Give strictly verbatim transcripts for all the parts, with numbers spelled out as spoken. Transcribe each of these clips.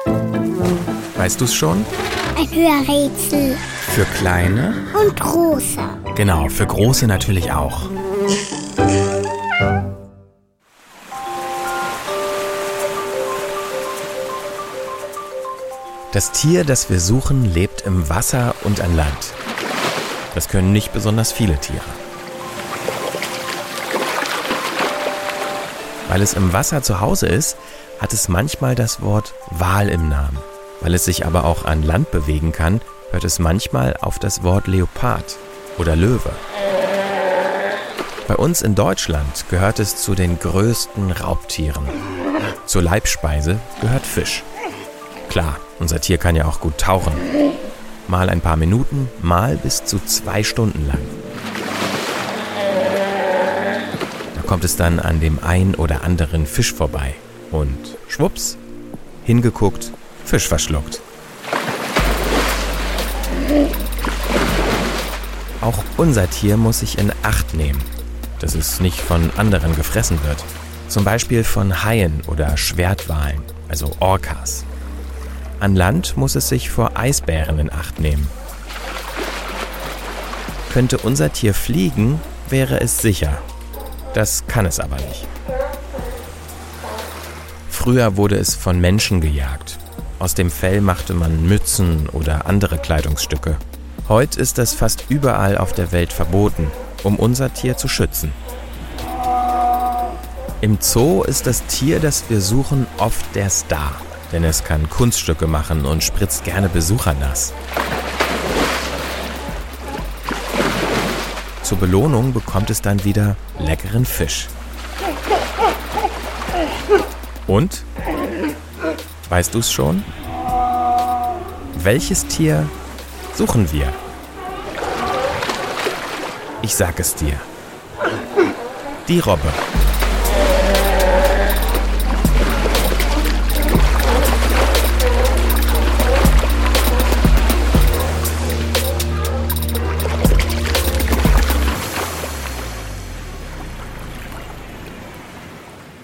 Weißt du's schon? Ein Hörrätsel. Für kleine? Und große. Genau, für große natürlich auch. Das Tier, das wir suchen, lebt im Wasser und an Land. Das können nicht besonders viele Tiere. Weil es im Wasser zu Hause ist, hat es manchmal das Wort Wal im Namen. Weil es sich aber auch an Land bewegen kann, hört es manchmal auf das Wort Leopard oder Löwe. Bei uns in Deutschland gehört es zu den größten Raubtieren. Zur Leibspeise gehört Fisch. Klar, unser Tier kann ja auch gut tauchen. Mal ein paar Minuten, mal bis zu zwei Stunden lang. Da kommt es dann an dem ein oder anderen Fisch vorbei. Und schwupps, hingeguckt, Fisch verschluckt. Auch unser Tier muss sich in Acht nehmen, dass es nicht von anderen gefressen wird. Zum Beispiel von Haien oder Schwertwalen, also Orcas. An Land muss es sich vor Eisbären in Acht nehmen. Könnte unser Tier fliegen, wäre es sicher. Das kann es aber nicht. Früher wurde es von Menschen gejagt. Aus dem Fell machte man Mützen oder andere Kleidungsstücke. Heute ist das fast überall auf der Welt verboten, um unser Tier zu schützen. Im Zoo ist das Tier, das wir suchen, oft der Star. Denn es kann Kunststücke machen und spritzt gerne Besucher nass. Zur Belohnung bekommt es dann wieder leckeren Fisch. Und? Weißt du's schon? Welches Tier suchen wir? Ich sag es dir. Die Robbe.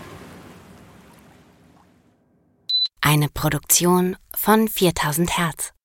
Eine Produktion von viertausend Hertz.